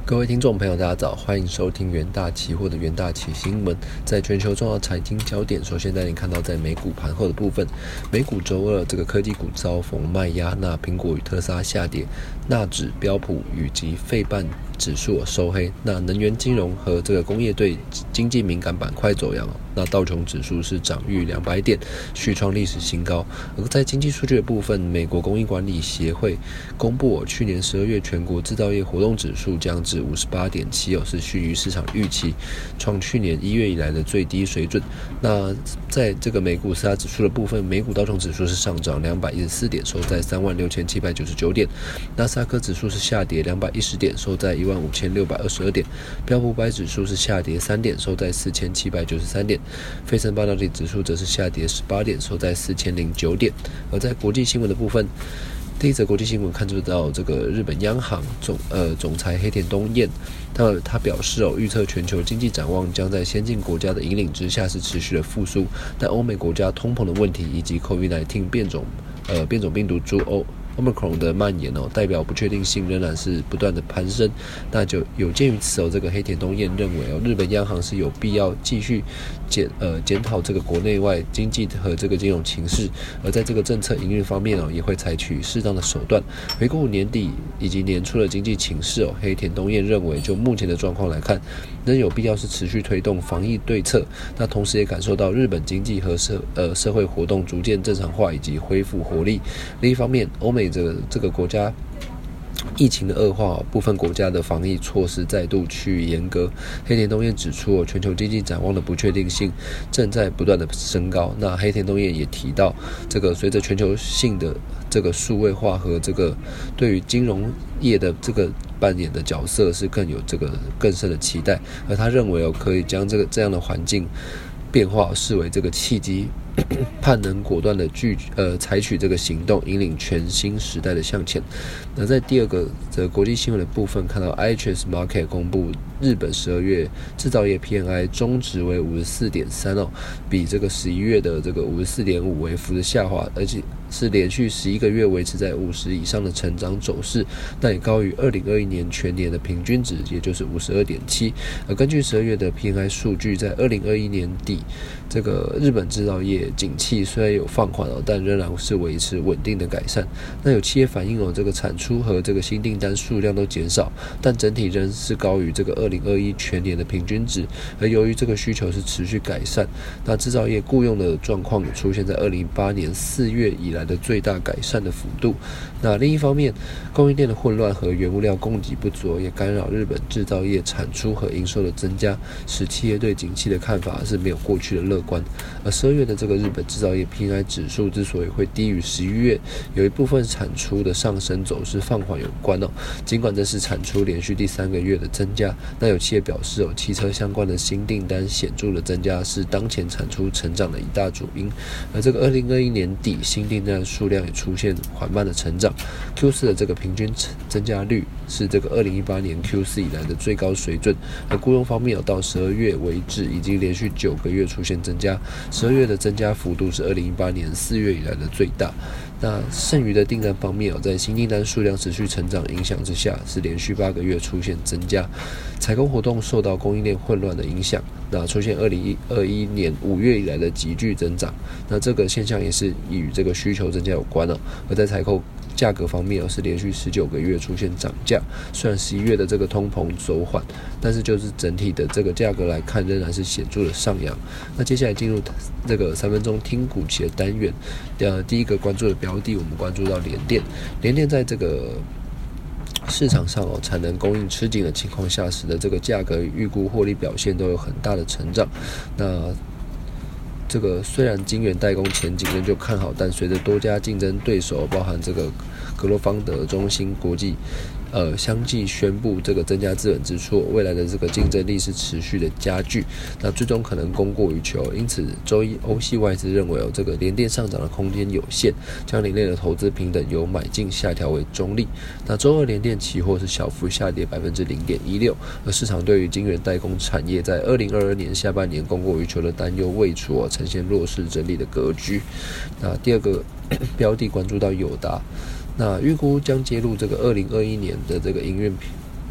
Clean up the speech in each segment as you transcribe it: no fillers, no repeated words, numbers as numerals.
各位听众朋友，大家早，欢迎收听元大期货的元大期新闻。在全球重要财经焦点，首先带你看到在美股盘后的部分，美股周二这个科技股遭逢卖压，那苹果与特斯拉下跌，纳指、标普以及费半指数收黑，那能源、金融和这个工业对经济敏感板块走阳，那道琼指数是涨逾200点，续创历史新高。而在经济数据的部分，美国供应管理协会公布去年12月全国制造业活动指数降至58.7，是逊于市场预期，创去年1月以来的最低水准。那在这个美股四大指数的部分，美股道琼指数是上涨214点，收在36,799点；纳斯达克指数是下跌210点，收在15,622点；标普500指数是下跌3点，收在4,793点；费城半导体指数则是下跌18点，收在4,009点。而在国际新闻的部分，第一则国际新闻看到这个日本央行总裁黑田东彦，他表示预测全球经济展望将在先进国家的引领之下是持续的复苏，但欧美国家通膨的问题以及 COVID-19 变种病毒株Omicron 的蔓延代表不确定性仍然是不断的攀升。那就有鉴于此这个黑田东彦认为日本央行是有必要继续检讨这个国内外经济和这个金融情势，而在这个政策营运方面也会采取适当的手段。回顾年底以及年初的经济情势黑田东彦认为就目前的状况来看，仍有必要是持续推动防疫对策。那同时也感受到日本经济和社会活动逐渐正常化以及恢复活力。另一方面，欧美这个国家疫情的恶化，部分国家的防疫措施再度趋于严格。黑田东彦指出全球经济展望的不确定性正在不断的升高。那黑田东彦也提到，这个随着全球性的这个数位化和这个对于金融业的这个扮演的角色是更有这个更深的期待，而他认为可以将这样的环境变化视为这个契机，盼能果断的采取这个行动，引领全新时代的向前。那在第二个国际新闻的部分，看到 IHS Markit 公布日本12月制造业 PMI 中值为 54.3，比这个11月的这个 54.5 微幅的下滑，而且是连续11个月维持在50以上的成长走势，那也高于2021年全年的平均值，也就是 52.7。而根据12月的 PMI 数据，在2021年底，这个日本制造业景气虽然有放缓但仍然是维持稳定的改善。那有企业反映这个产出和这个新订单数量都减少，但整体仍是高于这个2021全年的平均值。而由于这个需求是持续改善，那制造业雇用的状况也出现在2018年4月以来的最大改善的幅度。那另一方面，供应链的混乱和原物料供给不足也干扰日本制造业产出和营收的增加，使企业对景气的看法是没有过去的乐观。而12月的这个日本制造业 PMI 指数之所以会低于11月，有一部分产出的上升走势放缓有关尽管这是产出连续第3个月的增加，那有企业表示汽车相关的新订单显著的增加是当前产出成长的一大主因。而这个2021年底新订单数量也出现缓慢的成长， Q4 的这个平均增加率是这个2018年 Q4 以来的最高水准。而雇佣方面到12月为止已经连续9个月出现增加，12月的增加幅度是2018年4月以来的最大。那剩余的订单方面在新订单数量持续成长影响之下，是连续8个月出现增加。采购活动受到供应链混乱的影响，那出现2021年5月以来的急剧增长。那这个现象也是与这个需求增加有关而在采购价格方面是连续19个月出现涨价，虽然11月的这个通膨走缓，但是就是整体的这个价格来看仍然是显著的上扬。那接下来进入这个3分钟听股期的单元，第一个关注的标的我们关注到联电在这个市场上产能供应吃紧的情况下，使得这个价格预估获利表现都有很大的成长。那这个虽然晶圆代工前景仍旧看好，但随着多家竞争对手，包含这个格罗方德、中芯国际，相继宣布这个增加资本支出，未来的这个竞争力是持续的加剧，那最终可能供过于求。因此，周一欧系外资认为这个联电上涨的空间有限，将联电的投资平等由买进下调为中立。那周二联电期货是小幅下跌 0.16%， 而市场对于晶圆代工产业在2022年下半年供过于求的担忧未除，呈现弱势整理的格局。那第二个标的关注到友达，那预估将揭露这个2021年的这个营运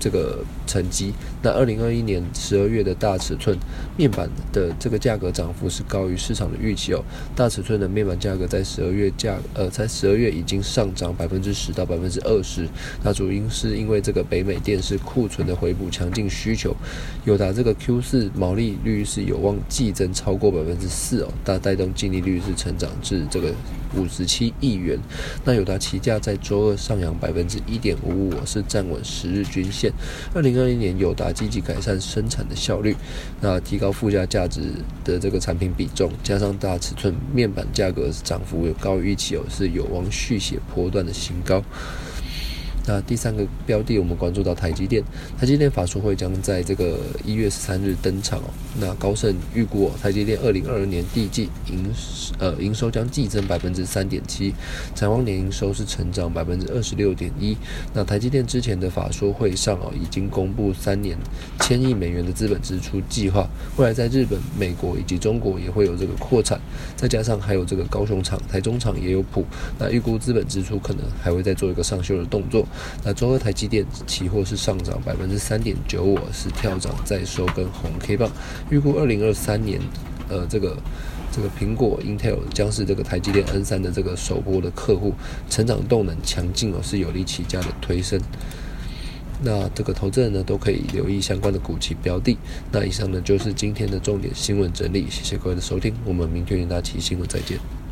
这个成绩。那2021年12月的大尺寸面板的这个价格涨幅是高于市场的预期哦。大尺寸的面板价格在12月已经上涨10%到20%。那主因是因为这个北美电视库存的回补强劲需求，友达这个 Q4 毛利率是有望季增超过4%哦，带动净利率是成长至这个57亿元。那友达期价在周二上扬1.55%，是站稳10日均线。2020年友达积极改善生产的效率，那提高附加价值的这个产品比重，加上大尺寸面板价格涨幅有高于预期哦，是有望续写波段的新高。那第三个标的，我们关注到台积电。台积电法说会将在这个1月13日登场哦。那高盛预估台积电2022年第一季营收将季增3.7%，展望年营收是成长26.1%。那台积电之前的法说会上已经公布3年1000亿美元的资本支出计划，未来在日本、美国以及中国也会有这个扩产，再加上还有这个高雄厂、台中厂也有谱。那预估资本支出可能还会再做一个上修的动作。那周二台积电期货是上涨3.95%，是跳涨再收根红 K 棒。预估2023年，这个苹果 Intel 将是这个台积电 N3 的这个首波的客户，成长动能强劲是有利起价的推升。那这个投资人呢都可以留意相关的股期标的。那以上呢就是今天的重点新闻整理，谢谢各位的收听，我们明天元大期新闻再见。